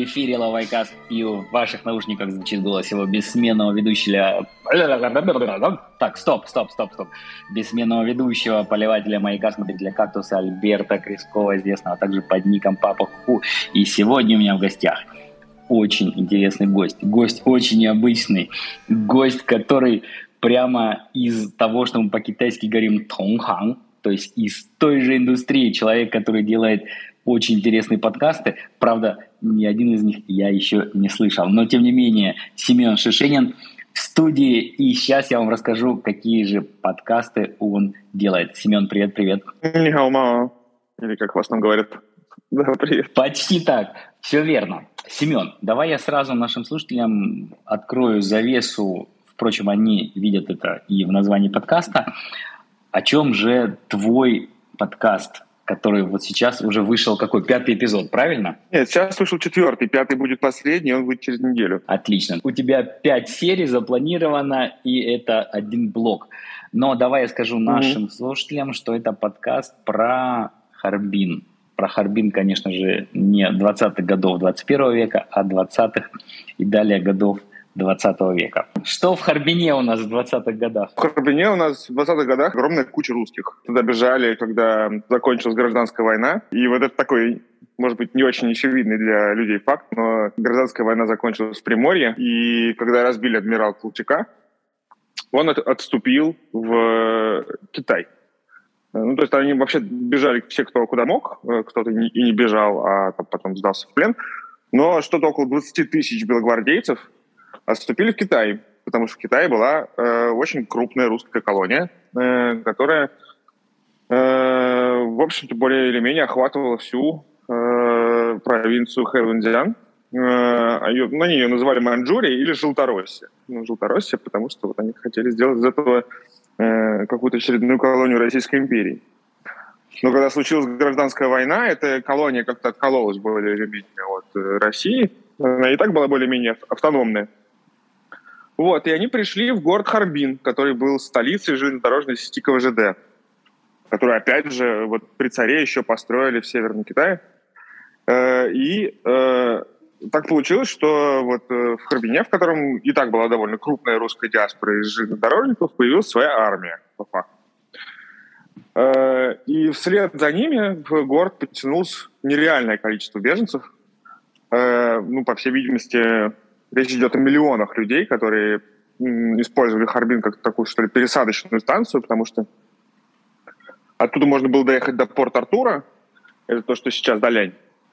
эфире Лавайкаст, и в ваших наушниках звучит голос его бессменного ведущего... Так, стоп. Бессменного ведущего, поливателя маяка, смотрителя кактуса Альберта Крискова, известного также под ником Папа Ху. И сегодня у меня в гостях очень интересный гость. Гость очень необычный. Гость, который прямо из того, что мы по-китайски говорим «тонхан», то есть из той же индустрии. Человек, который делает очень интересные подкасты. Правда, ни один из них я еще не слышал. Но, тем не менее, Семен Шишенин в студии. И сейчас я вам расскажу, какие же подкасты он делает. Семен, привет. Нихао-мао. Или как вас там говорят. Да, привет. Почти так. Все верно. Семен, давай я сразу нашим слушателям открою завесу. Впрочем, они видят это и в названии подкаста. О чем же твой подкаст, который вот сейчас уже вышел, какой, 5-й эпизод, правильно? Нет, сейчас вышел 4-й, 5-й будет последний, он будет через неделю. Отлично. У тебя 5 серий запланировано, и это один блок. Но давай я скажу нашим слушателям, что это подкаст про Харбин. Про Харбин, конечно же, не 20-х годов 21 века, а 20-х и далее годов 20 века. Что в Харбине у нас в 20-х годах? В Харбине у нас в 20-х годах огромная куча русских. Туда бежали, когда закончилась гражданская война. И вот это такой, может быть, не очень очевидный для людей факт, но гражданская война закончилась в Приморье. И когда разбили адмирала Колчака, он отступил в Китай. Ну, то есть они вообще бежали все, кто куда мог. Кто-то и не бежал, а потом сдался в плен. Но что-то около 20 тысяч белогвардейцев отступили в Китай, потому что в Китае была очень крупная русская колония, которая, в общем-то, более или менее охватывала всю провинцию Хэйвэнцзян. Они ее называли Маньчжурией или Желтороссия. Желтороссия, потому что вот они хотели сделать из этого какую-то очередную колонию Российской империи. Но когда случилась гражданская война, эта колония как-то откололась более или менее от России. Она и так была более-менее автономная. Вот, и они пришли в город Харбин, который был столицей железнодорожной сети КВЖД, которую, опять же, вот при царе еще построили в Северном Китае. Так получилось, что вот в Харбине, в котором и так была довольно крупная русская диаспора из железнодорожников, появилась своя армия, по факту. И вслед за ними в город потянулось нереальное количество беженцев. По всей видимости, речь идет о миллионах людей, которые использовали Харбин как такую, что ли, пересадочную станцию, потому что оттуда можно было доехать до Порт-Артура, это то, что сейчас Далянь,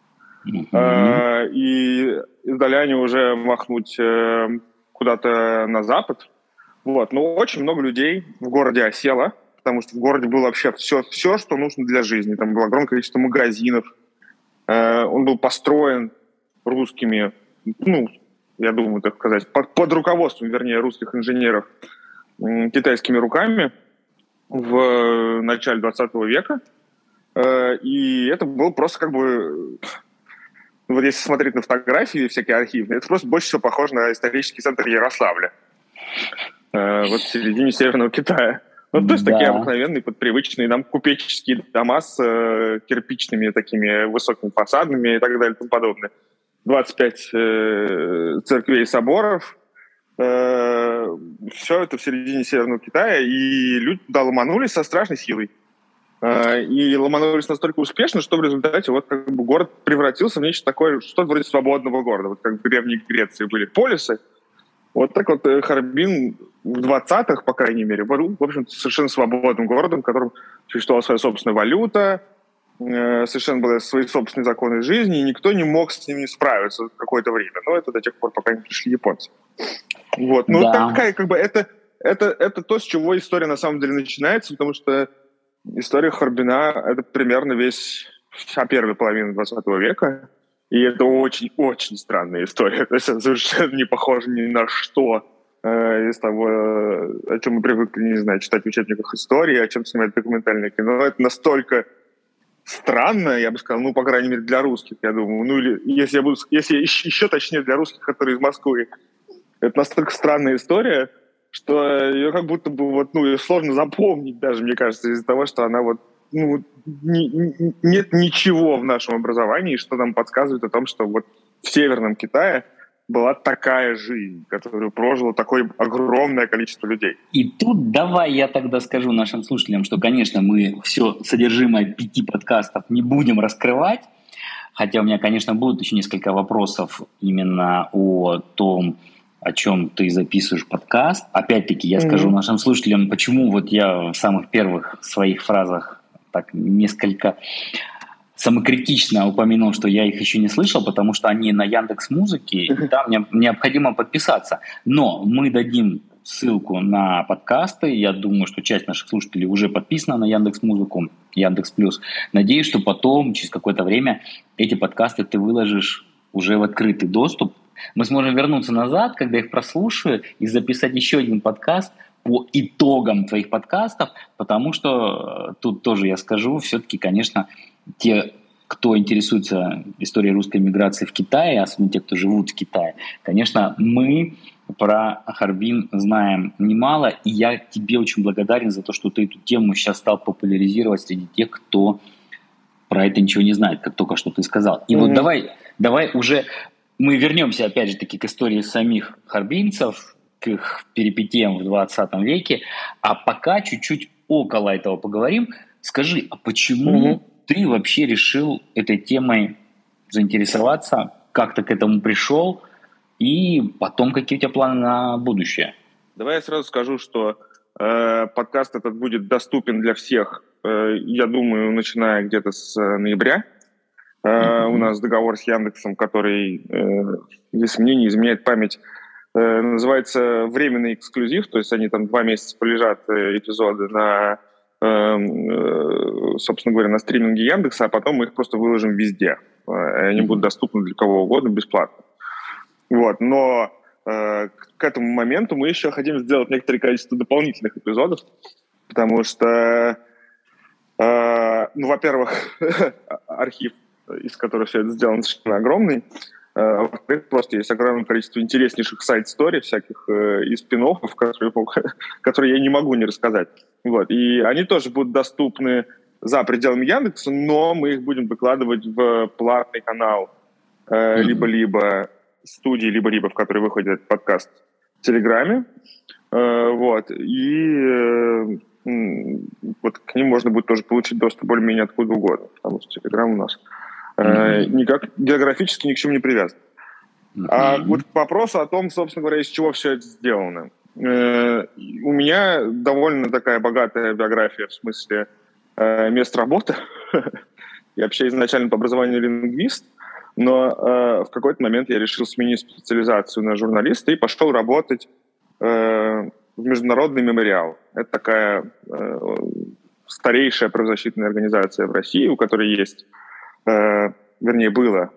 и из Даляни уже махнуть куда-то на запад. Вот. Но очень много людей в городе осело, потому что в городе было вообще все, что нужно для жизни. Там было огромное количество магазинов. Он был построен русскими, я думаю, так сказать, под руководством, вернее, русских инженеров китайскими руками в начале 20 века. И это было просто как бы... Вот если смотреть на фотографии всякие архивные, это просто больше всего похоже на исторический центр Ярославля. Вот в середине Северного Китая. То есть такие обыкновенные, подпривычные нам купеческие дома с кирпичными такими высокими фасадами и так далее и тому подобное. 25 церквей и соборов. Все это в середине Северного Китая. И люди туда ломанулись со страшной силой. И ломанулись настолько успешно, что в результате вот как бы город превратился в нечто такое, что-то вроде свободного города. Вот как в Древней Греции были полисы. Вот так вот Харбин в 20-х, по крайней мере, был, в общем-то, совершенно свободным городом, в котором существовала своя собственная валюта, совершенно были свои собственные законы жизни, и никто не мог с ними справиться какое-то время. Но это до тех пор, пока не пришли японцы. Вот. Такая, как бы, это то, с чего история на самом деле начинается, потому что история Харбина — это примерно вся первая половина 20 века, и это очень-очень странная история. То есть это совершенно не похоже ни на что из того, о чем мы привыкли, не знаю, читать в учебниках истории, о чем снимать документальное кино. Это настолько странно, я бы сказал, по крайней мере, для русских, я думаю. Или если еще точнее для русских, которые из Москвы. Это настолько странная история, что ее как будто бы ее сложно запомнить даже, мне кажется, из-за того, что она нет ничего в нашем образовании, что нам подсказывает о том, что вот в Северном Китае была такая жизнь, которую прожило такое огромное количество людей. И тут давай я тогда скажу нашим слушателям, что, конечно, мы все содержимое 5 подкастов не будем раскрывать, хотя у меня, конечно, будут еще несколько вопросов именно о том, о чем ты записываешь подкаст. Опять-таки, я скажу нашим слушателям, почему вот я в самых первых своих фразах так несколько самокритично упомянул, что я их еще не слышал, потому что они на Яндекс.Музыке, и там необходимо подписаться. Но мы дадим ссылку на подкасты. Я думаю, что часть наших слушателей уже подписана на Яндекс.Музыку, Яндекс.Плюс. Надеюсь, что потом, через какое-то время, эти подкасты ты выложишь уже в открытый доступ. Мы сможем вернуться назад, когда их прослушаю, и записать еще один подкаст по итогам твоих подкастов, потому что тут тоже я скажу, все-таки, конечно, те, кто интересуется историей русской миграции в Китае, особенно те, кто живут в Китае, конечно, мы про Харбин знаем немало, и я тебе очень благодарен за то, что ты эту тему сейчас стал популяризировать среди тех, кто про это ничего не знает, как только что ты сказал. И вот давай уже мы вернемся опять же таки к истории самих харбинцев, к их перипетиям в 20 веке, а пока чуть-чуть около этого поговорим. Скажи, а почему ты вообще решил этой темой заинтересоваться, как ты к этому пришел, и потом какие у тебя планы на будущее? Давай я сразу скажу, что подкаст этот будет доступен для всех, я думаю, начиная где-то с ноября. У нас договор с Яндексом, который, если мне не изменяет память, называется временный эксклюзив, то есть они там 2 месяца полежат эпизоды на, собственно говоря, на стриминге Яндекса, а потом мы их просто выложим везде. Они будут доступны для кого угодно бесплатно. Вот, но к этому моменту мы еще хотим сделать некоторое количество дополнительных эпизодов, потому что, во-первых, архив, из которого все это сделано, совершенно огромный. Во-вторых, просто есть огромное количество интереснейших сайд-стори всяких и спин-оффов, которые я не могу не рассказать. Вот. И они тоже будут доступны за пределами Яндекса, но мы их будем выкладывать в платный канал либо студии, либо в которой выходит этот подкаст, в Телеграме. Вот. И вот к ним можно будет тоже получить доступ более-менее откуда угодно, потому что Телеграм у нас никак географически ни к чему не привязан. А вот к вопросу о том, собственно говоря, из чего все это сделано. У меня довольно такая богатая биография в смысле мест работы. Я вообще изначально по образованию лингвист, но в какой-то момент я решил сменить специализацию на журналиста и пошел работать в Международный мемориал. Это такая старейшая правозащитная организация в России, у которой есть, вернее, было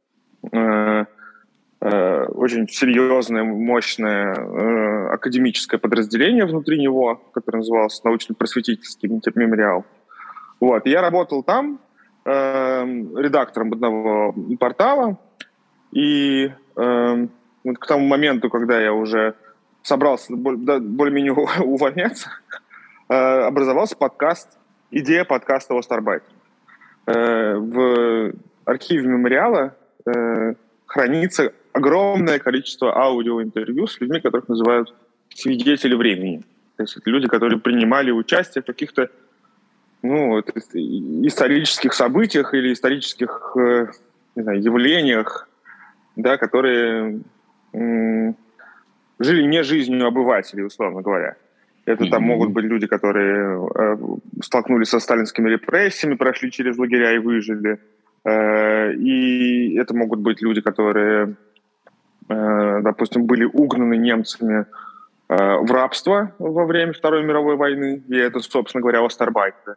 очень серьезное, мощное академическое подразделение внутри него, которое называлось научно-просветительский мемориал. Вот. Я работал там редактором одного портала, и вот к тому моменту, когда я уже собрался более-менее увольняться, образовался подкаст, идея подкаста «Остарбайт». В архиве мемориала хранится огромное количество аудиоинтервью с людьми, которых называют свидетели времени. То есть это люди, которые принимали участие в каких-то исторических событиях или исторических явлениях, да, которые жили не жизнью обывателей, условно говоря. Это там могут быть люди, которые столкнулись со сталинскими репрессиями, прошли через лагеря и выжили. И это могут быть люди, которые, допустим, были угнаны немцами в рабство во время Второй мировой войны. И это, собственно говоря, остарбайтеры.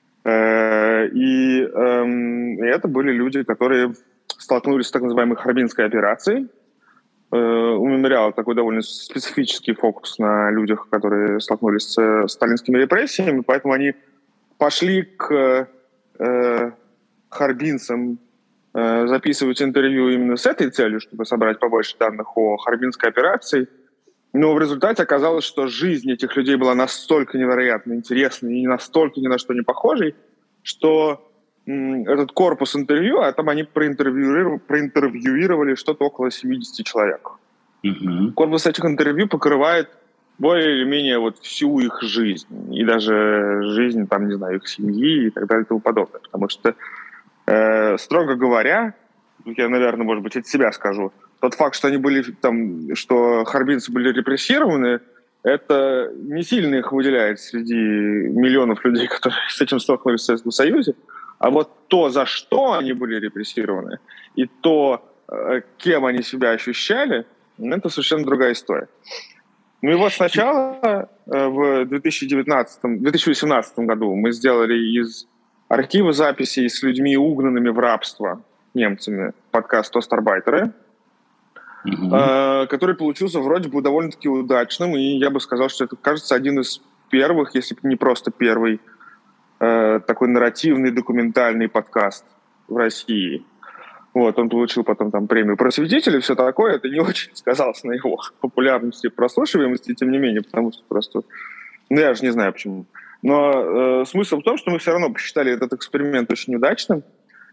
И это были люди, которые столкнулись с так называемой Харбинской операцией. У мемориала такой довольно специфический фокус на людях, которые столкнулись с сталинскими репрессиями, поэтому они пошли к харбинцам записывать интервью именно с этой целью, чтобы собрать побольше данных о Харбинской операции. Но в результате оказалось, что жизнь этих людей была настолько невероятно интересной и настолько ни на что не похожей, что этот корпус интервью, а там они проинтервьюировали что-то около 70 человек. Корпус этих интервью покрывает более или менее вот всю их жизнь, и даже жизнь, там, не знаю, их семьи и так далее и тому подобное. Потому что, строго говоря, я, наверное, может быть, от себя скажу, тот факт, что они были там, что харбинцы были репрессированы, это не сильно их выделяет среди миллионов людей, которые с этим столкнулись в Советском Союзе. А вот то, за что они были репрессированы, и то, кем они себя ощущали, это совершенно другая история. Ну и вот сначала в 2018 году мы сделали из архива записей с людьми, угнанными в рабство немцами, подкаст «Остарбайтеры», который получился вроде бы довольно-таки удачным, и я бы сказал, что это, кажется, один из первых, если не просто первый, такой нарративный документальный подкаст в России. Вот, он получил потом там премию просветителя и все такое. Это не очень сказалось на его популярности и прослушиваемости, тем не менее, потому что просто... Ну, я же не знаю, почему. Но смысл в том, что мы все равно посчитали этот эксперимент очень удачным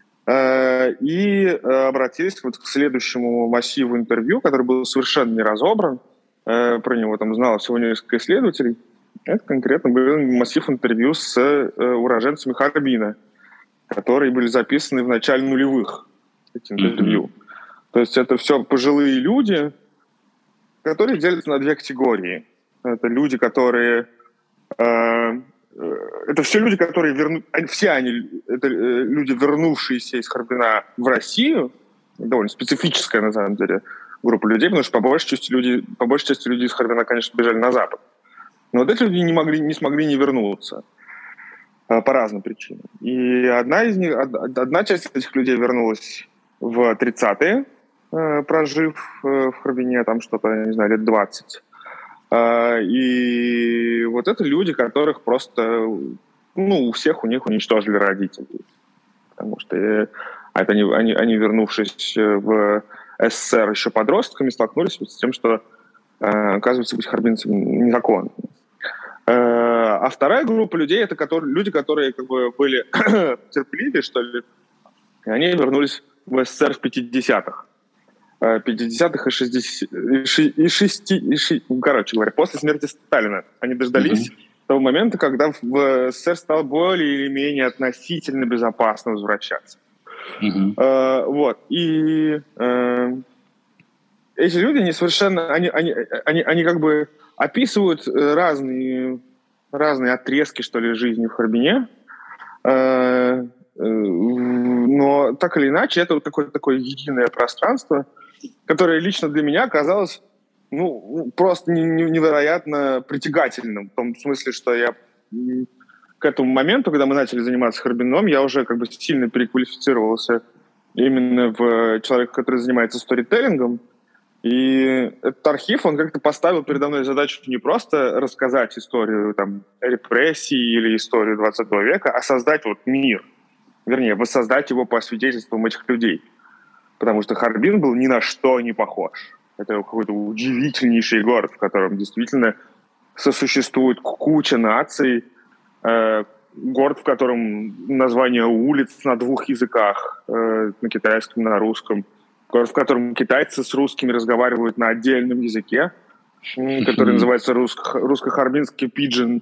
и обратились вот к следующему массиву интервью, который был совершенно не разобран. Про него там знало всего несколько исследователей. Это конкретно был массив интервью с уроженцами Харбина, которые были записаны в начале нулевых. Эти интервью. То есть это все пожилые люди, которые делятся на две категории. Это люди, которые... это все люди, которые это люди, вернувшиеся из Харбина в Россию. Довольно специфическая, на самом деле, группа людей, потому что по большей части люди из Харбина, конечно, бежали на Запад. Но вот эти люди не смогли не вернуться по разным причинам. И одна часть этих людей вернулась в 30-е, прожив в Харбине там что-то, не знаю, лет 20. И вот это люди, которых просто, у всех у них уничтожили родители. Потому что они, вернувшись в СССР еще подростками, столкнулись с тем, что, оказывается, быть харбинцем незаконно. А вторая группа людей — это люди, которые как бы были терпеливее, что ли, и они вернулись в СССР в 50-х. 50-х короче говоря, после смерти Сталина. Они дождались того момента, когда в СССР стало более или менее относительно безопасно возвращаться. Вот. И эти люди, они совершенно... Они как бы описывают разные отрезки, что ли, жизни в Харбине. Но так или иначе, это вот какое-то такое единое пространство, которое лично для меня оказалось просто невероятно притягательным. В том смысле, что я к этому моменту, когда мы начали заниматься Харбином, я уже как бы сильно переквалифицировался именно в человека, который занимается сторителлингом. И этот архив, он как-то поставил передо мной задачу не просто рассказать историю там, репрессий или историю 20 века, а создать вот мир. Вернее, воссоздать его по свидетельствам этих людей. Потому что Харбин был ни на что не похож. Это какой-то удивительнейший город, в котором действительно сосуществует куча наций. Город, в котором названия улиц на двух языках, на китайском, на русском. Город, в котором китайцы с русскими разговаривают на отдельном языке, который называется русско-харбинский пиджин.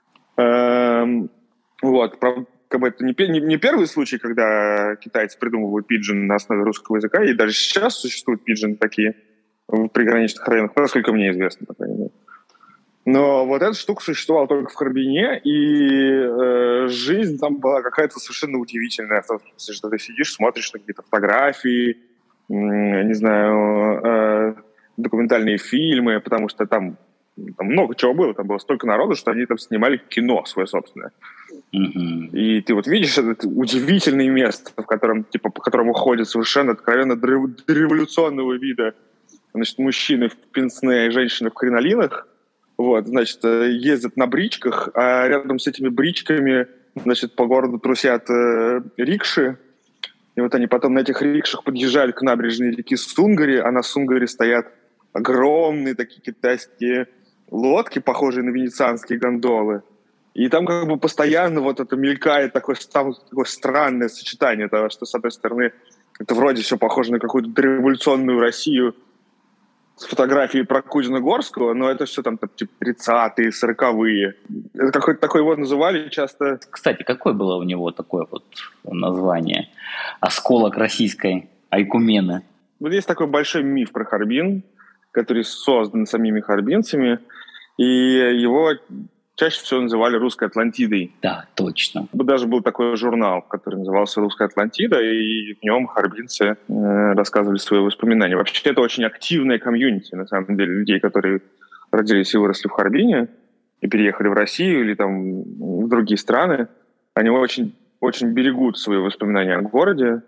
Вот. Как бы это не первый случай, когда китайцы придумывают пиджин на основе русского языка, и даже сейчас существуют пиджины такие в приграничных районах, насколько мне известно, по крайней мере. Но вот эта штука существовала только в Харбине, и жизнь там была какая-то совершенно удивительная. В том смысле, что ты сидишь, смотришь на какие-то фотографии, не знаю, документальные фильмы, потому что там много чего было. Там было столько народу, что они там снимали кино свое собственное. И ты вот видишь это удивительное место, по которому ходят совершенно откровенно дореволюционного вида, значит, мужчины в пенсне и женщины в кринолинах. Вот, значит, ездят на бричках, а рядом с этими бричками, значит, по городу трусят рикши. И вот они потом на этих рикшах подъезжали к набережной реки Сунгари, а на Сунгари стоят огромные такие китайские лодки, похожие на венецианские гондолы. И там как бы постоянно вот это мелькает такое странное сочетание того, что, с одной стороны, это вроде все похоже на какую-то дореволюционную Россию с фотографией Прокудина-Горского, но это все там типа 30-е, 40-е. Это какой-то такой его называли часто. Кстати, какое было у него такое вот название? «Осколок российской айкумены». Вот есть такой большой миф про Харбин, который создан самими харбинцами, и его чаще всего называли «Русской Атлантидой». Да, точно. Даже был такой журнал, который назывался «Русская Атлантида», и в нем харбинцы рассказывали свои воспоминания. Вообще, это очень активная комьюнити, на самом деле, людей, которые родились и выросли в Харбине, и переехали в Россию или там в другие страны. Они очень, очень берегут свои воспоминания о городе.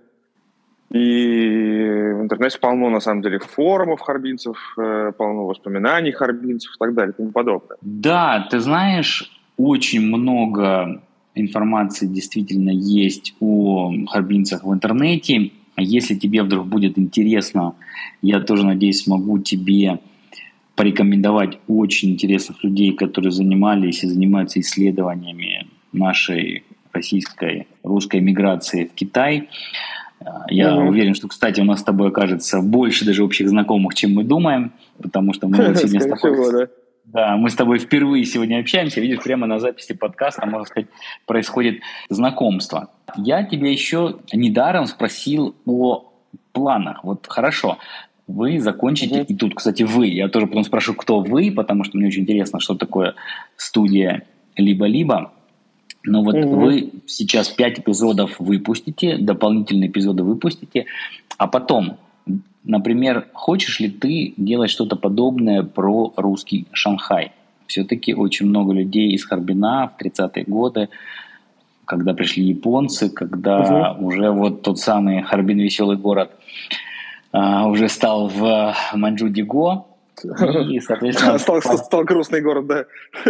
И в интернете полно, на самом деле, форумов харбинцев, полно воспоминаний харбинцев и так далее и тому подобное. Да, ты знаешь, очень много информации действительно есть о харбинцах в интернете. Если тебе вдруг будет интересно, я тоже, надеюсь, смогу тебе порекомендовать очень интересных людей, которые занимались и занимаются исследованиями нашей русской миграции в Китай. Я уверен, что, кстати, у нас с тобой окажется больше даже общих знакомых, чем мы думаем, потому что мы сегодня с тобой... Да, мы с тобой впервые сегодня общаемся, видишь, прямо на записи подкаста, можно сказать, происходит знакомство. Я тебя еще недаром спросил о планах. Вот хорошо, вы закончите, и тут, кстати, вы, я тоже потом спрошу, кто вы, потому что мне очень интересно, что такое студия «Либо-либо». Но вот вы сейчас 5 эпизодов выпустите, дополнительные эпизоды выпустите, а потом, например, хочешь ли ты делать что-то подобное про русский Шанхай? Все-таки очень много людей из Харбина в 30-е годы, когда пришли японцы, когда уже вот тот самый Харбин веселый город уже стал в Маньчжу-Диго. И, соответственно... Стал грустный город, да.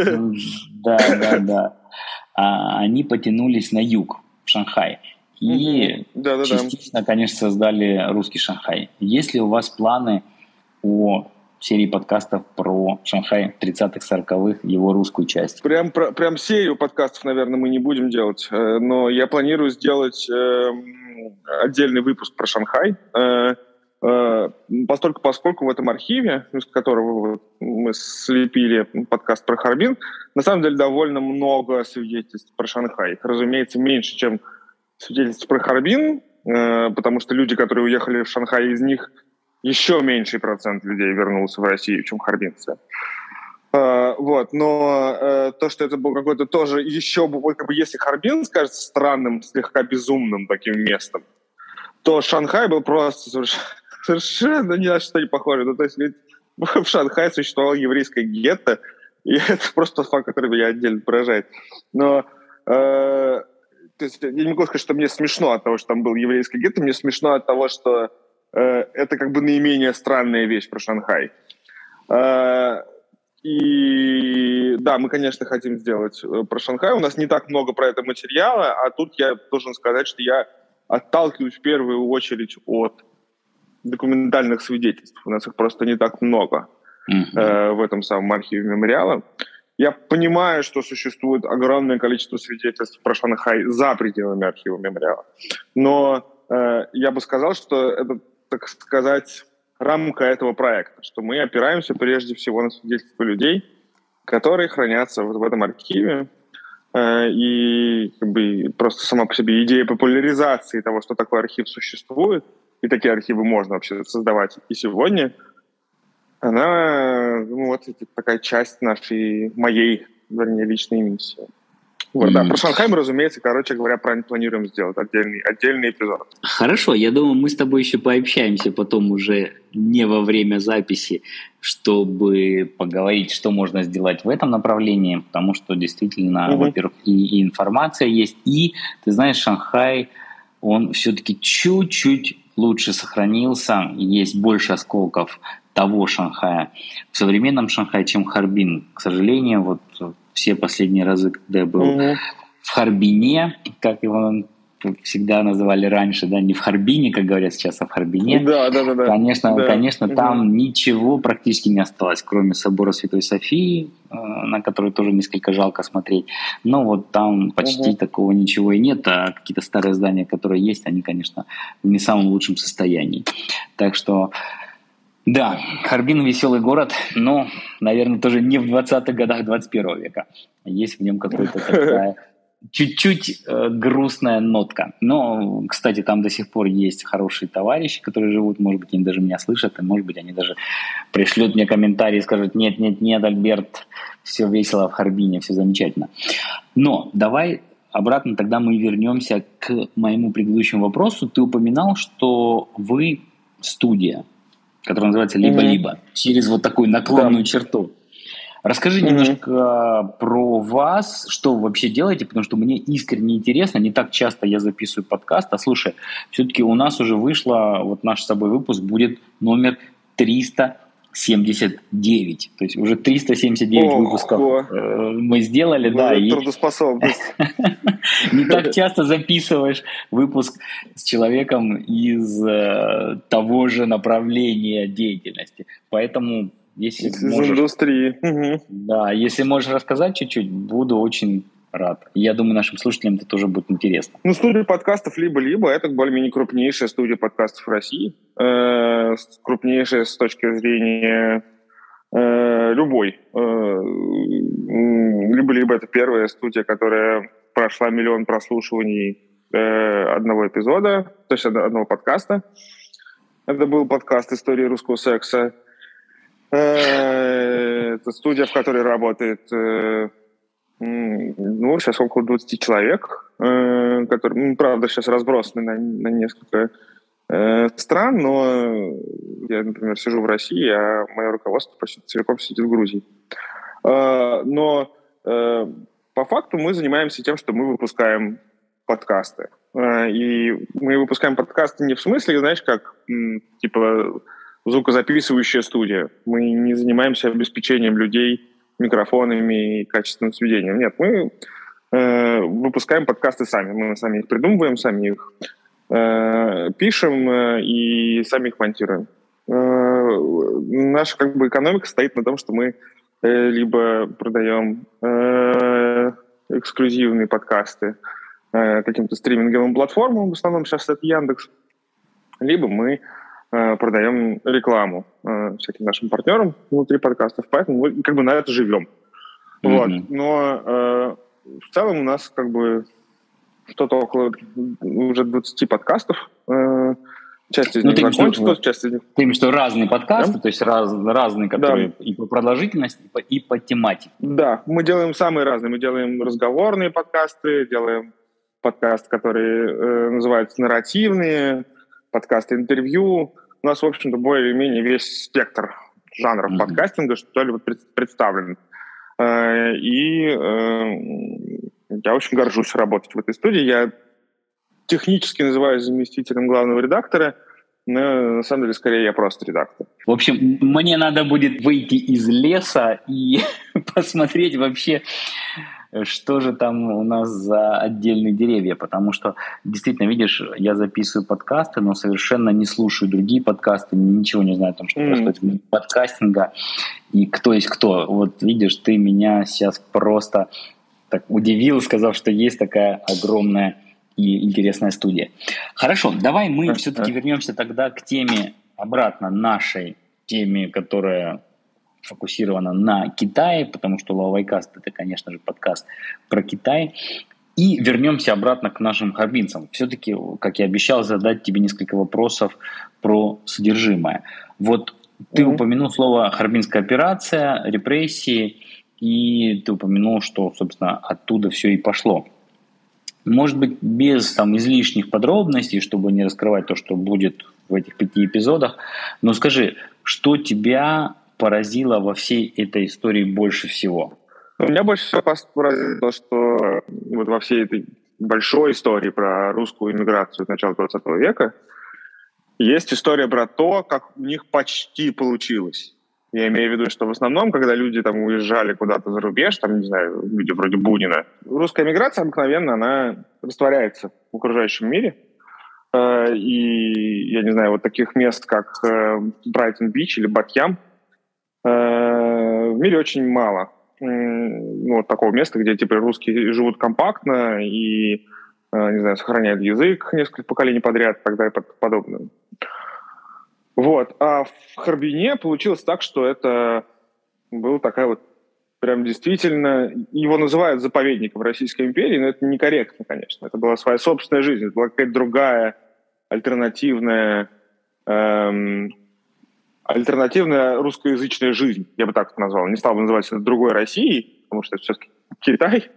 Да. Они потянулись на юг, в Шанхай. И частично, конечно, создали русский Шанхай. Есть ли у вас планы о серии подкастов про Шанхай 30-х, 40-х, его русскую часть? Прям серию подкастов, наверное, мы не будем делать. Но я планирую сделать отдельный выпуск про Шанхай. Поскольку в этом архиве, из которого мы слепили подкаст про Харбин, на самом деле довольно много свидетельств про Шанхай. Их, разумеется, меньше, чем свидетельств про Харбин, потому что люди, которые уехали в Шанхай, из них еще меньший процент людей вернулся в Россию, чем харбинцы. Но то, что это был какой-то тоже еще, как бы, если Харбин кажется странным, слегка безумным таким местом, то Шанхай был просто совершенно ни на что не похоже. Ну, то есть в Шанхае существовало еврейское гетто, и это просто факт, который меня отдельно поражает. Но то есть, я не могу сказать, что мне смешно от того, что там был еврейский гетто, мне смешно от того, что это как бы наименее странная вещь про Шанхай. И да, мы, конечно, хотим сделать про Шанхай. У нас не так много про это материала, а тут я должен сказать, что я отталкиваюсь в первую очередь от документальных свидетельств. У нас их просто не так много в этом самом архиве мемориала. Я понимаю, что существует огромное количество свидетельств про Шанхай за пределами архива мемориала. Но я бы сказал, что это, так сказать, рамка этого проекта, что мы опираемся прежде всего на свидетельства людей, которые хранятся вот в этом архиве. И как бы просто сама по себе идея популяризации того, что такой архив существует, и такие архивы можно вообще создавать и сегодня, она такая часть моей, вернее, личной миссии. Вот, да, про Шанхай мы, разумеется, планируем сделать отдельный эпизод. Хорошо, я думаю, мы с тобой еще пообщаемся потом уже не во время записи, чтобы поговорить, что можно сделать в этом направлении, потому что действительно, во-первых, и информация есть, и, ты знаешь, Шанхай, он все-таки чуть-чуть лучше сохранился, есть больше осколков того Шанхая в современном Шанхае, чем Харбин. К сожалению, вот все последние разы, когда я был в Харбине, как его всегда называли раньше, да, не в Харбине, как говорят сейчас, а в Харбине. Да. Конечно, там ничего практически не осталось, кроме собора Святой Софии, на который тоже несколько жалко смотреть. Но вот там почти такого ничего и нет, а какие-то старые здания, которые есть, они, конечно, в не самом лучшем состоянии. Так что, да, Харбин веселый город, но, наверное, тоже не в 20-х годах 21 века. Есть в нем какой-то такая чуть-чуть грустная нотка. Но, кстати, там до сих пор есть хорошие товарищи, которые живут, может быть, они даже меня слышат, и, может быть, они даже пришлют мне комментарий и скажут: нет, Альберт, все весело в Харбине, все замечательно. Но давай обратно тогда мы вернемся к моему предыдущему вопросу. Ты упоминал, что вы студия, которая называется «Либо-либо», через вот такую наклонную черту. Расскажи немножко про вас, что вы вообще делаете, потому что мне искренне интересно. Не так часто я записываю подкаст. А слушай, все-таки у нас уже вышло, вот наш с тобой выпуск будет номер 379. То есть уже 379 выпусков мы сделали. Да, и трудоспособность. Не так часто записываешь выпуск с человеком из того же направления деятельности. Поэтому... Если из индустрии. Да, если можешь рассказать чуть-чуть, буду очень рад. Я думаю, нашим слушателям это тоже будет интересно. Ну, студия подкастов «Либо-либо» — это более-менее крупнейшая студия подкастов в России. Крупнейшая с точки зрения любой. «Либо-либо» — это первая студия, которая прошла 1 миллион прослушиваний одного эпизода, то есть одного подкаста. Это был подкаст «Истории русского секса». Это студия, в которой работает, сейчас около 20 человек, которые, правда, сейчас разбросаны на несколько стран, но я, например, сижу в России, а мое руководство почти целиком сидит в Грузии. Но по факту мы занимаемся тем, что мы выпускаем подкасты. И мы выпускаем подкасты не в смысле, знаешь, как, типа... звукозаписывающая студия. Мы не занимаемся обеспечением людей микрофонами и качественным сведением. Нет, мы выпускаем подкасты сами. Мы сами их придумываем, сами их пишем и сами их монтируем. Наша экономика стоит на том, что мы либо продаем эксклюзивные подкасты каким-то стриминговым платформам, в основном сейчас это Яндекс, либо мы продаем рекламу всяким нашим партнерам внутри подкастов, поэтому мы на это живем. Вот. Но в целом у нас что-то около уже 20 подкастов. Часть из них закончилась, часть из них... Ты имеешь в виду разные подкасты, да? То есть разные, которые и по продолжительности, и по тематике. Да, мы делаем самые разные. Мы делаем разговорные подкасты, делаем подкасты, которые называются нарративные, подкасты, интервью. У нас, в общем-то, более-менее весь спектр жанров подкастинга, что ли, представлен. И я очень горжусь работать в этой студии. Я технически называюсь заместителем главного редактора, но на самом деле, скорее, я просто редактор. В общем, мне надо будет выйти из леса и посмотреть вообще, что же там у нас за отдельные деревья, потому что, действительно, видишь, я записываю подкасты, но совершенно не слушаю другие подкасты, ничего не знаю о том, что происходит в мире подкастинга и кто есть кто. Вот видишь, ты меня сейчас просто так удивил, сказав, что есть такая огромная и интересная студия. Хорошо, давай мы все-таки вернемся тогда к теме, обратно нашей теме, которая фокусирована на Китае, потому что Лавайкаст — это, конечно же, подкаст про Китай. И вернемся обратно к нашим харбинцам. Все-таки, как я обещал, задать тебе несколько вопросов про содержимое. Вот ты упомянул слово «харбинская операция», «репрессии», и ты упомянул, что, собственно, оттуда все и пошло. Может быть, без излишних подробностей, чтобы не раскрывать то, что будет в этих 5 эпизодах, но скажи, что тебя поразило во всей этой истории больше всего? Меня больше всего поразило то, что вот во всей этой большой истории про русскую иммиграцию начала 20 века есть история про то, как у них почти получилось. Я имею в виду, что в основном, когда люди там уезжали куда-то за рубеж, там, не знаю, люди вроде Бунина, русская миграция обыкновенно, она растворяется в окружающем мире. И, я не знаю, вот таких мест, как Брайтон-Бич или Батьям, в мире очень мало. Ну, вот такого места, где типа русские живут компактно и, не знаю, сохраняют язык несколько поколений подряд и так далее и подобное. Вот. А в Харбине получилось так, что это была такая вот прям действительно... Его называют заповедником Российской империи, но это некорректно, конечно. Это была своя собственная жизнь. Это была какая-то другая альтернативная русскоязычная жизнь, я бы так это назвал. Не стал бы называть это другой Россией, потому что это все-таки Китай.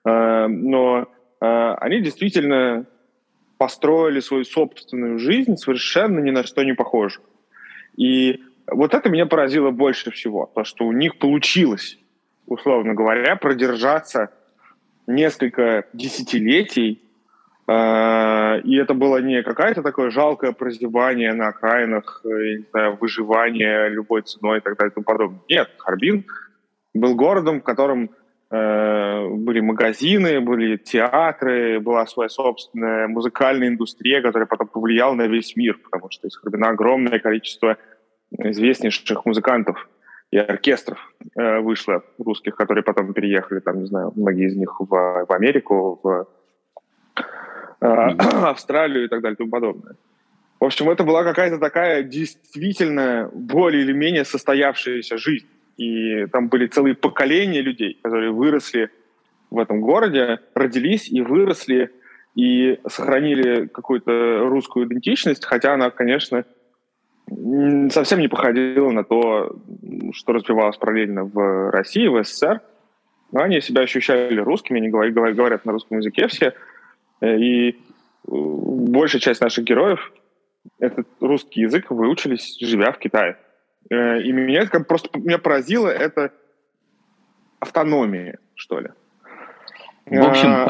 Но они действительно построили свою собственную жизнь совершенно ни на что не похожую. И вот это меня поразило больше всего, то, что у них получилось, условно говоря, продержаться несколько десятилетий, и это было не какое-то такое жалкое прозябание на окраинах, я не знаю, выживание любой ценой и так далее и тому подобное. Нет, Харбин был городом, в котором были магазины, были театры, была своя собственная музыкальная индустрия, которая потом повлияла на весь мир, потому что из Харбина огромное количество известнейших музыкантов и оркестров вышло русских, которые потом переехали, там, не знаю, многие из них в Америку, в Австралию и так далее и тому подобное. В общем, это была какая-то такая действительно более или менее состоявшаяся жизнь. И там были целые поколения людей, которые выросли в этом городе, родились и выросли, и сохранили какую-то русскую идентичность, хотя она, конечно, совсем не походила на то, что развивалось параллельно в России, в СССР. Но они себя ощущали русскими, они говорят на русском языке все. И большая часть наших героев этот русский язык выучились, живя в Китае. И меня поразило это автономия, что ли. В общем,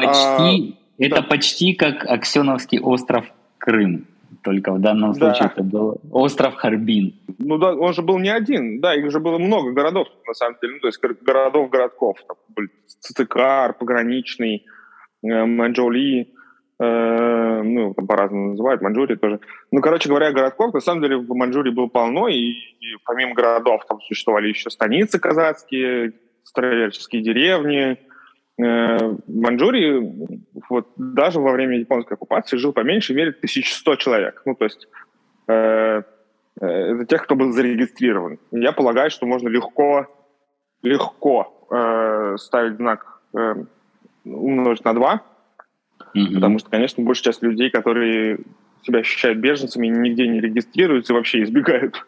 почти как Аксеновский остров Крым. Только в данном случае это был остров Харбин. Ну да, он же был не один. Да, их же было много городов, на самом деле. Ну, то есть городов. Там были Цицикар, Пограничный, Маньчжоули, ну, там по-разному называют, Маньчжурия тоже. Ну, короче говоря, городков, на самом деле, в Маньчжурии было полно, и помимо городов там существовали еще станицы казацкие, староверческие деревни. В Маньчжурии вот, даже во время японской оккупации жил по меньшей мере 1100 человек. Ну, то есть это тех, кто был зарегистрирован. И я полагаю, что можно легко ставить знак умножить на 2, потому что, конечно, большая часть людей, которые себя ощущают беженцами, нигде не регистрируются и вообще избегают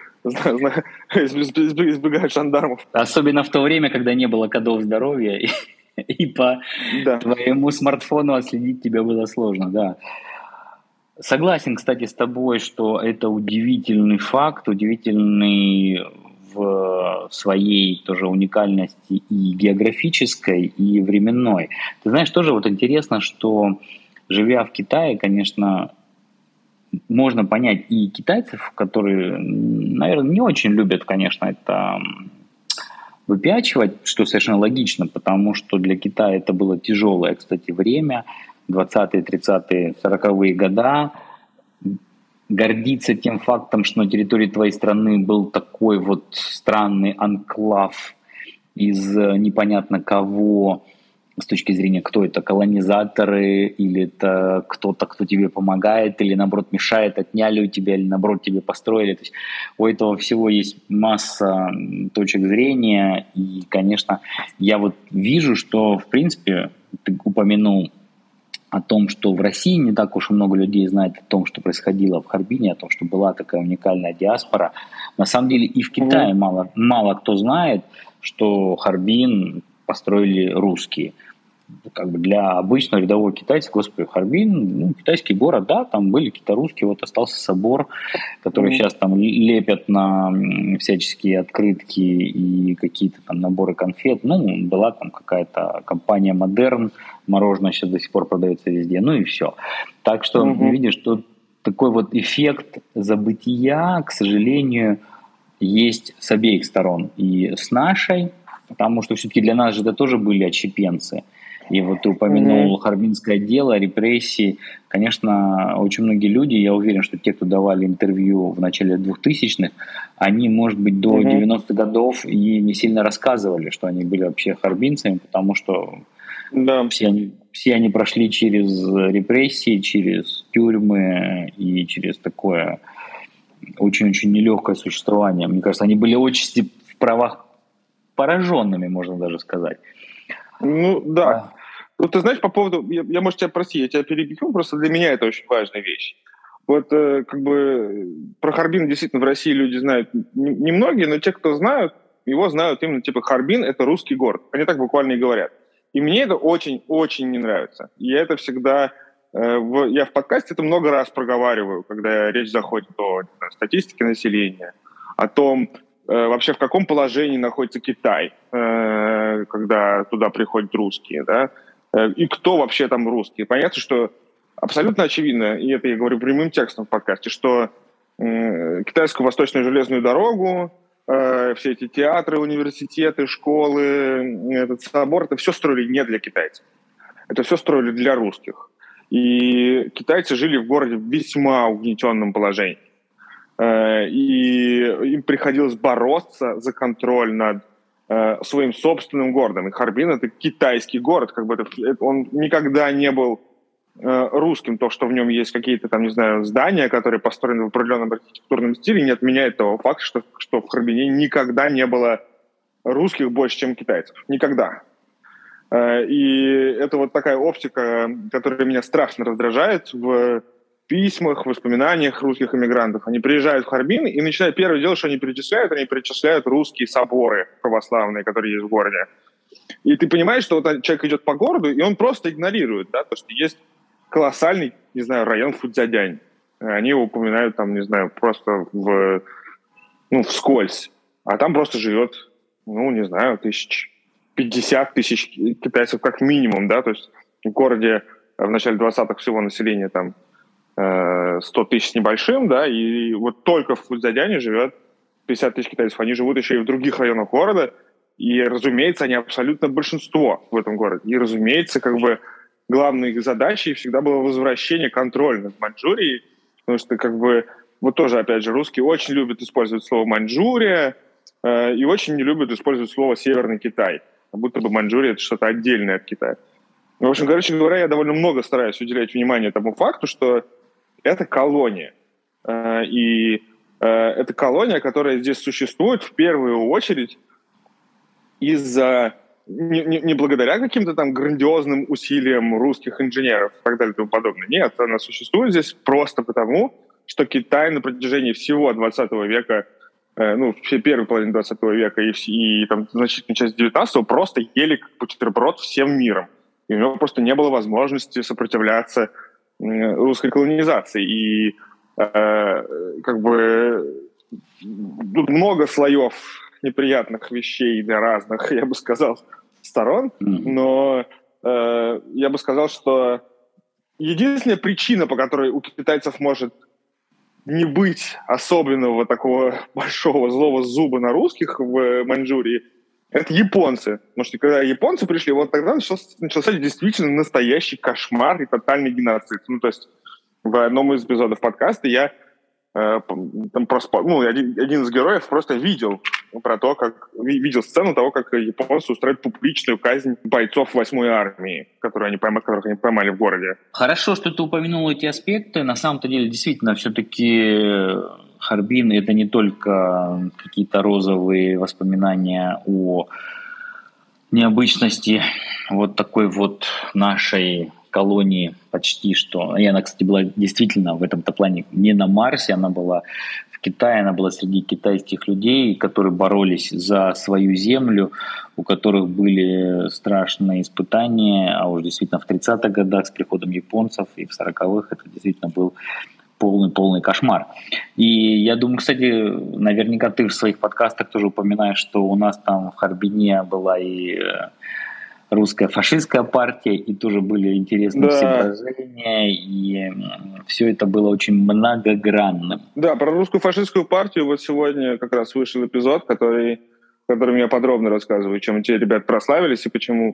жандармов. Особенно в то время, когда не было кодов здоровья, и по твоему смартфону отследить тебя было сложно, да. Согласен, кстати, с тобой, что это удивительный факт, удивительный в своей тоже уникальности и географической, и временной. Ты знаешь, тоже вот интересно, что живя в Китае, конечно, можно понять и китайцев, которые, наверное, не очень любят, конечно, это выпячивать, что совершенно логично, потому что для Китая это было тяжелое, кстати, время, 20-е, 30-е, 40-е года. Гордиться тем фактом, что на территории твоей страны был такой вот странный анклав из непонятно кого, с точки зрения, кто это, колонизаторы, или это кто-то, кто тебе помогает, или наоборот мешает, отняли у тебя, или наоборот тебе построили. То есть у этого всего есть масса точек зрения, и, конечно, я вот вижу, что, в принципе, ты упомянул о том, что в России не так уж и много людей знает о том, что происходило в Харбине, о том, что была такая уникальная диаспора. На самом деле и в Китае мало кто знает, что Харбин построили русские. Как бы для обычного рядового китайца, господи, Харбин, ну, китайский город, да, там были какие-то русские, вот остался собор, который сейчас там лепят на всяческие открытки и какие-то там наборы конфет, ну, была там какая-то компания Модерн, мороженое сейчас до сих пор продается везде, ну и все. Так что, видишь, что такой вот эффект забытия, к сожалению, есть с обеих сторон. И с нашей, потому что все-таки для нас же это тоже были отщепенцы. И вот ты упомянул Харбинское дело, репрессии. Конечно, очень многие люди, я уверен, что те, кто давали интервью в начале 2000-х, они, может быть, до 90-х годов и не сильно рассказывали, что они были вообще харбинцами, потому что все они прошли через репрессии, через тюрьмы и через такое очень-очень нелегкое существование. Мне кажется, они были отчасти в правах пораженными, можно даже сказать. Ну, да. Ну, ты знаешь, по поводу... Я может, тебя прости, я тебя перебью, просто для меня это очень важная вещь. Вот как бы про Харбин действительно в России люди знают немногие, но те, кто знают, его знают именно типа Харбин — это русский город. Они так буквально и говорят. И мне это очень-очень не нравится. И это всегда... Я в подкасте это много раз проговариваю, когда речь заходит о статистике населения, о том, вообще в каком положении находится Китай, когда туда приходят русские, да, и кто вообще там русские. Понятно, что абсолютно очевидно, и это я говорю прямым текстом в подкасте, что китайскую восточную железную дорогу, все эти театры, университеты, школы, этот собор, это все строили не для китайцев. Это все строили для русских. И китайцы жили в городе в весьма угнетенном положении. И им приходилось бороться за контроль над своим собственным городом. И Харбин — это китайский город, как бы он никогда не был русским. То, что в нем есть какие-то там, не знаю, здания, которые построены в определенном архитектурном стиле, не отменяет того факта, что в Харбине никогда не было русских больше, чем китайцев. Никогда. И это вот такая оптика, которая меня страшно раздражает в письмах, воспоминаниях русских эмигрантов. Они приезжают в Харбин и начинают первое дело, что они перечисляют русские соборы православные, которые есть в городе. И ты понимаешь, что вот человек идет по городу, и он просто игнорирует, да, то, что есть колоссальный, не знаю, район Фудзядянь. Они его упоминают там, не знаю, просто вскользь. А там просто живет, не знаю, 50 тысяч китайцев как минимум, да, то есть в городе в начале 20-х всего населения там 100 тысяч с небольшим, да, и вот только в Фудзядяне живет 50 тысяч китайцев. Они живут еще и в других районах города, и, разумеется, они абсолютно большинство в этом городе. И, разумеется, как бы главной их задачей всегда было возвращение контроля над Маньчжурией, потому что, как бы, вот тоже, опять же, русские очень любят использовать слово «Маньчжурия» и очень не любят использовать слово «Северный Китай», как будто бы Маньчжурия — это что-то отдельное от Китая. В общем, короче говоря, я довольно много стараюсь уделять внимание тому факту, что это колония. И это колония, которая здесь существует в первую очередь из-за... Не благодаря каким-то там грандиозным усилиям русских инженеров и так далее и тому подобное. Нет, она существует здесь просто потому, что Китай на протяжении всего 20 века, все первой половины 20 века и там значительную часть 19-го просто ели как бутерброд всем миром. И у него просто не было возможности сопротивляться русской колонизации. И как бы тут много слоев неприятных вещей для разных, я бы сказал, сторон, но я бы сказал, что единственная причина, по которой у китайцев может не быть особенного такого большого злого зуба на русских в Маньчжурии, это японцы. Потому что когда японцы пришли, вот тогда начался действительно настоящий кошмар и тотальный геноцид. То есть в одном из эпизодов подкаста я один из героев просто видел сцену того, как японцы устраивают публичную казнь бойцов 8-й армии, которых они поймали в городе. Хорошо, что ты упомянул эти аспекты. На самом-то деле, действительно, все-таки Харбин — это не только какие-то розовые воспоминания о необычности вот такой вот нашей колонии почти что. И она, кстати, была действительно в этом-то плане не на Марсе, она была в Китае, она была среди китайских людей, которые боролись за свою землю, у которых были страшные испытания, а уж действительно в 30-х годах с приходом японцев и в 40-х это действительно был полный кошмар. И я думаю, кстати, наверняка ты в своих подкастах тоже упоминаешь, что у нас там в Харбине была и русская фашистская партия, и тоже были интересные соображения, и все это было очень многогранным. Да, про русскую фашистскую партию вот сегодня как раз вышел эпизод, которым я подробно рассказываю, чем эти ребята прославились и почему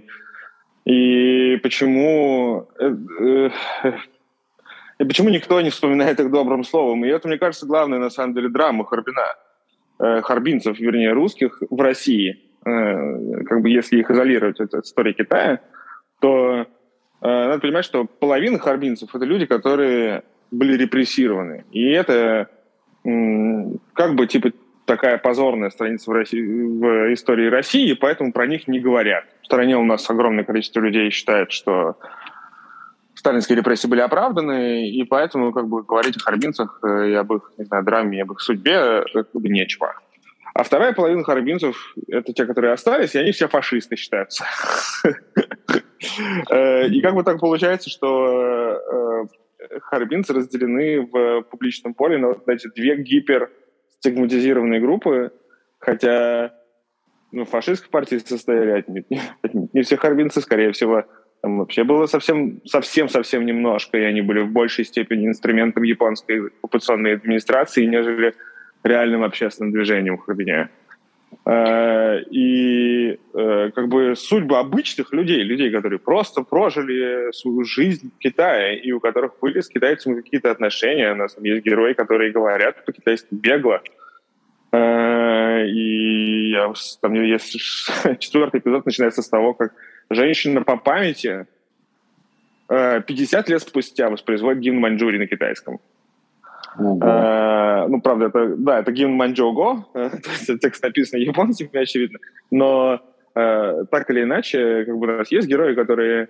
почему никто не вспоминает их добрым словом. И это, мне кажется, главная, на самом деле, драма харбинцев, вернее, русских в России. Если их изолировать от истории Китая, то надо понимать, что половина харбинцев – это люди, которые были репрессированы. И это такая позорная страница в истории России, и поэтому про них не говорят. В стране у нас огромное количество людей считает, что сталинские репрессии были оправданы, и поэтому говорить о харбинцах и об их, драме, и об их судьбе нечего. А вторая половина харбинцев – это те, которые остались, и они все фашисты считаются. И так получается, что харбинцы разделены в публичном поле на вот эти две гиперстигматизированные группы, хотя в фашистской партии состояли не все харбинцы, скорее всего, там вообще было совсем немножко, и они были в большей степени инструментом японской оккупационной администрации, нежели реальным общественным движением в Харбине. И судьба обычных людей, которые просто прожили свою жизнь в Китае, и у которых были с китайцами какие-то отношения. У нас там есть герои, которые говорят по-китайски бегло. И там есть 4-й эпизод, начинается с того, как женщина по памяти 50 лет спустя воспроизводит гимн Маньчжурии на китайском. Правда, это гимн Маньчжоу-го, то есть текст написан японцами, очевидно, но так или иначе, у нас есть герои, которые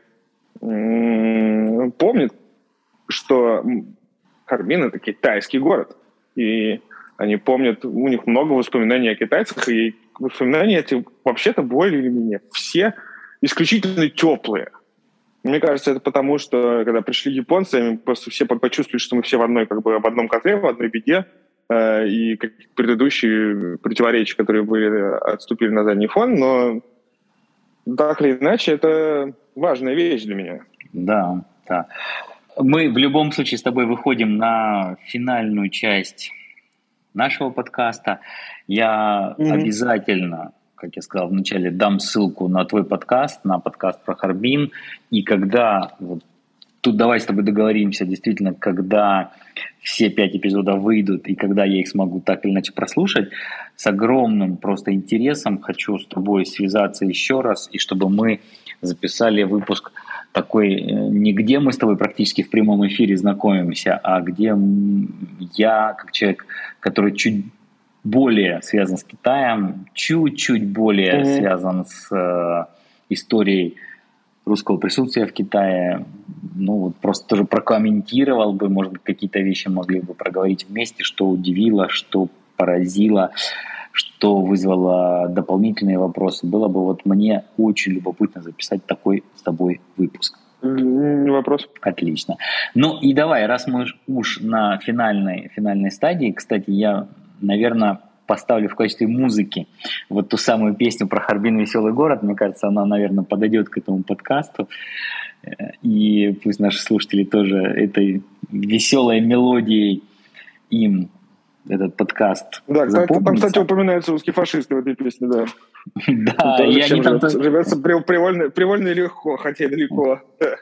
помнят, что Харбин — это китайский город, и они помнят, у них много воспоминаний о китайцах, и воспоминания эти вообще-то более или менее все исключительно теплые. Мне кажется, это потому, что когда пришли японцы, они просто все почувствовали, что мы все в одном котле, в одной беде, и какие-то предыдущие противоречия, которые отступили на задний фон, но так или иначе, это важная вещь для меня. Да. Мы в любом случае с тобой выходим на финальную часть нашего подкаста. Я обязательно, как я сказал вначале, дам ссылку на твой подкаст, на подкаст про Харбин. И когда, тут давай с тобой договоримся, действительно, когда все 5 эпизодов выйдут и когда я их смогу так или иначе прослушать, с огромным просто интересом хочу с тобой связаться еще раз, и чтобы мы записали выпуск такой, не где мы с тобой практически в прямом эфире знакомимся, а где я, как человек, который чуть более связан с Китаем, чуть-чуть более связан с историей русского присутствия в Китае, просто тоже прокомментировал бы, может быть, какие-то вещи могли бы проговорить вместе, что удивило, что поразило, что вызвало дополнительные вопросы. Было бы мне очень любопытно записать такой с тобой выпуск. Не вопрос. Отлично. И давай, раз мы уж на финальной стадии, кстати, я, наверное, поставлю в качестве музыки ту самую песню про Харбин «Веселый город». Мне кажется, она, наверное, подойдет к этому подкасту. И пусть наши слушатели тоже этой веселой мелодией им этот подкаст запомнится. Там, кстати, упоминаются русские фашисты в этой песне, да. Да, и они там... Живется привольно и легко, хотя и далеко.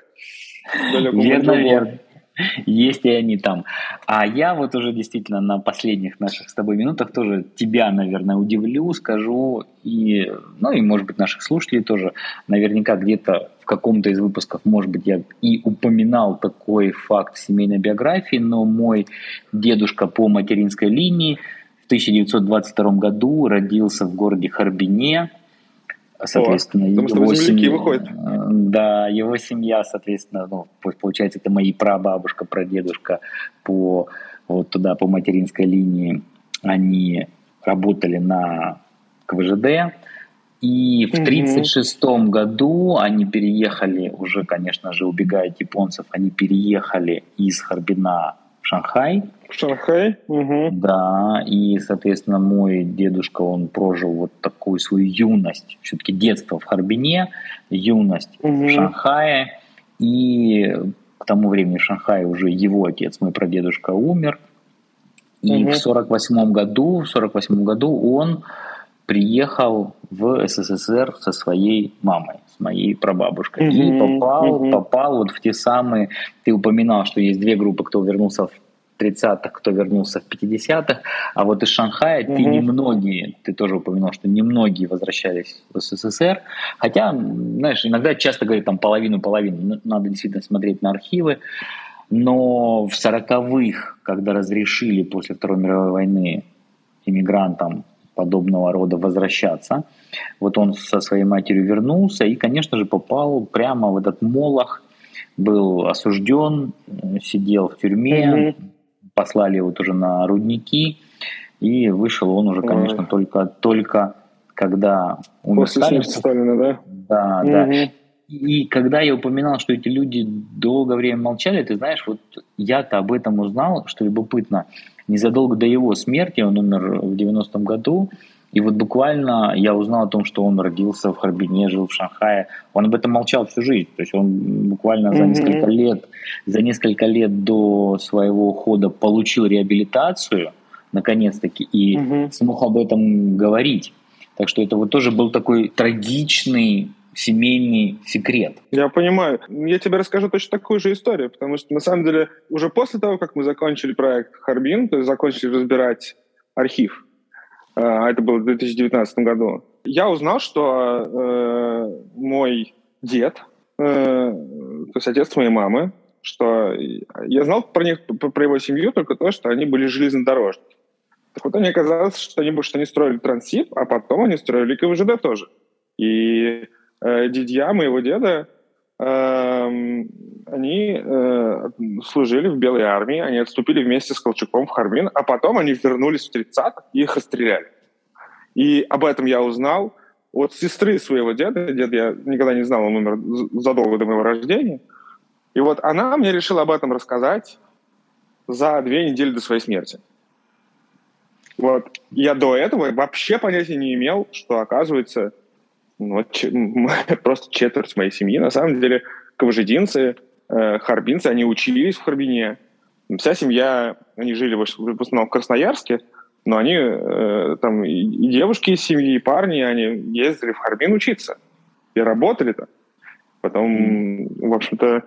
Верно. Есть и они там. А я уже действительно на последних наших с тобой минутах тоже тебя, наверное, удивлю, скажу, и может быть, наших слушателей тоже. Наверняка где-то в каком-то из выпусков, может быть, я и упоминал такой факт семейной биографии, но мой дедушка по материнской линии в 1922 году родился в городе Харбине. Соответственно, его семья, соответственно, получается, это мои прабабушка, прадедушка по материнской линии, они работали на КВЖД, и в 1936 году они переехали, уже, конечно же, убегая от японцев, они переехали из Харбина в Шанхай. В Шанхай? Угу. Да, и, соответственно, мой дедушка, он прожил вот такую свою юность, все-таки детство в Харбине, юность в Шанхае, и к тому времени в Шанхае уже его отец, мой прадедушка, умер, и в 48 году он приехал в СССР со своей мамой, с моей прабабушкой, и попал вот в те самые, ты упоминал, что есть две группы, кто вернулся в 30-х, кто вернулся в 50-х, а вот из Шанхая ты тоже упоминал, что немногие возвращались в СССР, хотя, знаешь, иногда часто говорят там половину, надо действительно смотреть на архивы, но в 40-х, когда разрешили после Второй мировой войны иммигрантам подобного рода возвращаться, вот он со своей матерью вернулся и, конечно же, попал прямо в этот молох, был осужден, сидел в тюрьме, послали его тоже на рудники, и вышел он уже, конечно, только когда умер Сталин. Сталина, да? Да. И когда я упоминал, что эти люди долгое время молчали, ты знаешь, вот я-то об этом узнал, что любопытно, незадолго до его смерти, он умер в 90-м году, и вот буквально я узнал о том, что он родился в Харбине, жил в Шанхае. Он об этом молчал всю жизнь. То есть он буквально за несколько лет до своего ухода получил реабилитацию, наконец-таки, и смог об этом говорить. Так что это вот тоже был такой трагичный семейный секрет. Я понимаю. Я тебе расскажу точно такую же историю, потому что, на самом деле, уже после того, как мы закончили проект «Харбин», то есть закончили разбирать архив, это было в 2019 году, я узнал, что мой дед, то есть отец моей мамы, что я знал про них, про его семью только то, что они были железнодорожники. Так вот, мне казалось, что они строили Транссиб, а потом они строили КВЖД тоже. И дядья моего деда, они служили в Белой армии, они отступили вместе с Колчаком в Харбин, а потом они вернулись в 30-х и их расстреляли. И об этом я узнал от сестры своего деда. Дед я никогда не знал, он умер задолго до моего рождения. И вот она мне решила об этом рассказать за 2 недели до своей смерти. Вот. Я до этого вообще понятия не имел, что, оказывается, просто четверть моей семьи, на самом деле, квждинцы, харбинцы, они учились в Харбине. Вся семья, они жили в основном в Красноярске, но они там и девушки из семьи, и парни, они ездили в Харбин учиться. И работали там. Потом, в общем-то,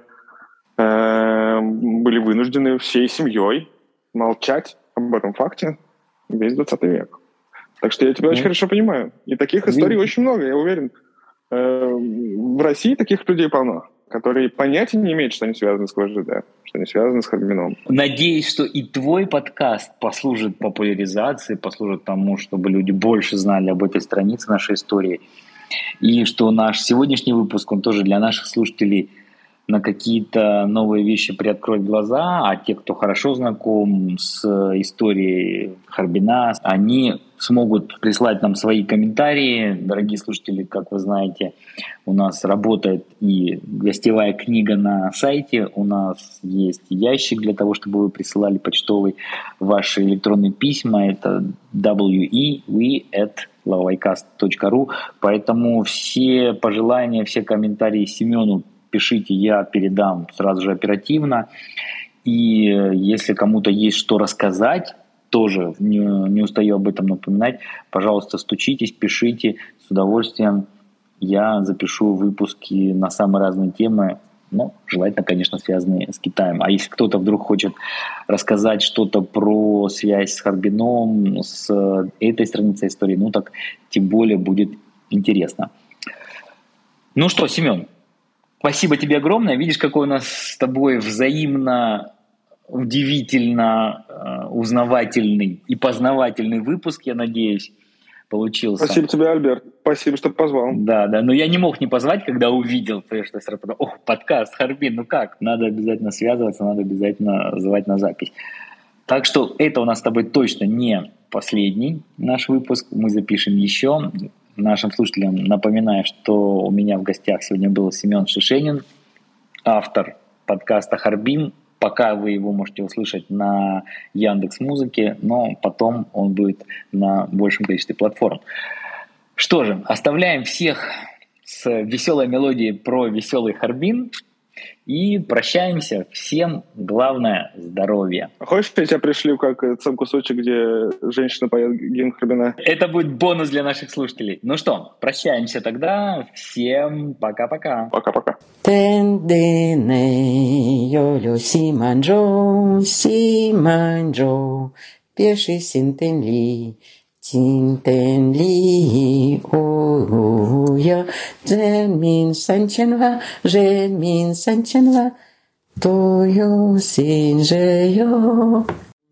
были вынуждены всей семьей молчать об этом факте весь 20 век. Так что я тебя очень хорошо понимаю. И таких историй очень много, я уверен. В России таких людей полно, которые понятия не имеют, что они связаны с КВЖД, что они связаны с Харбином. Надеюсь, что и твой подкаст послужит популяризации, послужит тому, чтобы люди больше знали об этой странице нашей истории. И что наш сегодняшний выпуск, он тоже для наших слушателей на какие-то новые вещи приоткроет глаза, а те, кто хорошо знаком с историей Харбина, они смогут прислать нам свои комментарии. Дорогие слушатели, как вы знаете, у нас работает и гостевая книга на сайте, у нас есть ящик для того, чтобы вы присылали почтовый ваши электронные письма, это we@lavaycast.ru, поэтому все пожелания, все комментарии Семену пишите, я передам сразу же оперативно. И если кому-то есть что рассказать, тоже не устаю об этом напоминать, пожалуйста, стучитесь, пишите, с удовольствием я запишу выпуски на самые разные темы, но желательно, конечно, связанные с Китаем. А если кто-то вдруг хочет рассказать что-то про связь с Харбином, с этой страницей истории, ну так тем более будет интересно. Ну что, Семен, спасибо тебе огромное. Видишь, какой у нас с тобой взаимно удивительно узнавательный и познавательный выпуск, я надеюсь, получился. Спасибо тебе, Альберт. Спасибо, что позвал. Да, но я не мог не позвать, когда увидел, что сразу подумал, подкаст Харбин, ну как? Надо обязательно связываться, надо обязательно звать на запись. Так что это у нас с тобой точно не последний наш выпуск. Мы запишем еще. Нашим слушателям напоминаю, что у меня в гостях сегодня был Семен Шишенин, автор подкаста «Харбин», Пока вы его можете услышать на Яндекс.Музыке, но потом он будет на большем количестве платформ. Что же, оставляем всех с веселой мелодией про веселый Харбин и прощаемся. Всем главное – здоровье. Хочешь, я тебя пришлю как сам кусочек, где женщина поет гимн Харбина? Это будет бонус для наших слушателей. Ну что, прощаемся тогда. Всем пока-пока. Пока-пока. Тендене йолю симанджо, пеши синтенли, тинтенли, оуя, дженмин санченва, тою синжеё.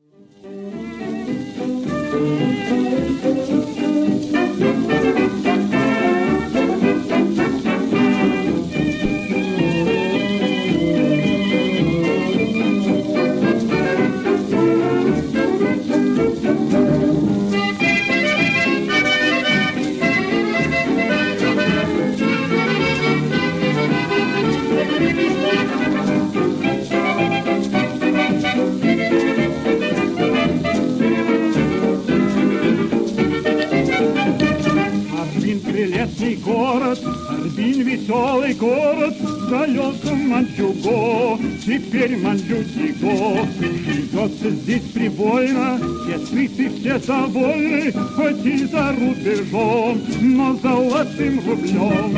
Город, Харбин веселый город, в далеком Манчжуго, теперь Манчжутиго. Живется здесь прибойно, все сыты, все довольны, хоть и за рубежом, но золотым рублем.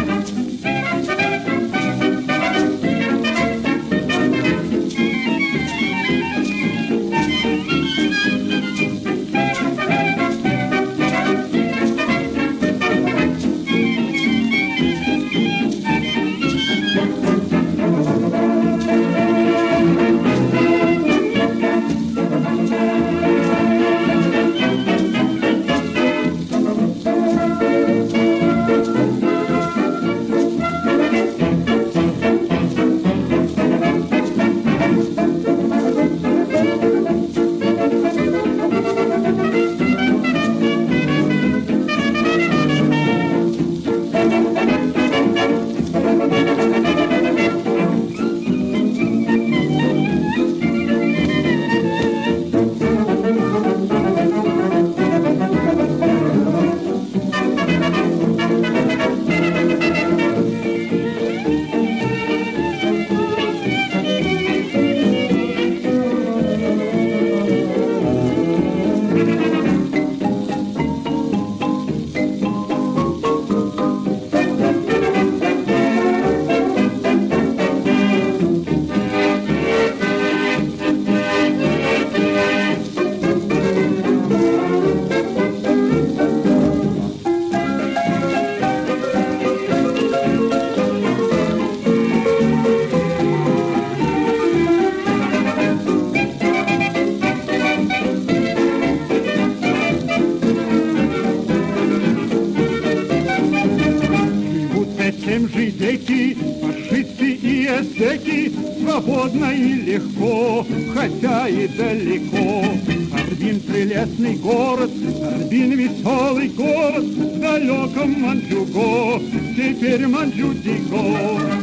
Свободно и легко, хотя и далеко. Харбин прелестный город, Харбин веселый город, в далеком Манчжуго, теперь Манчжутиго.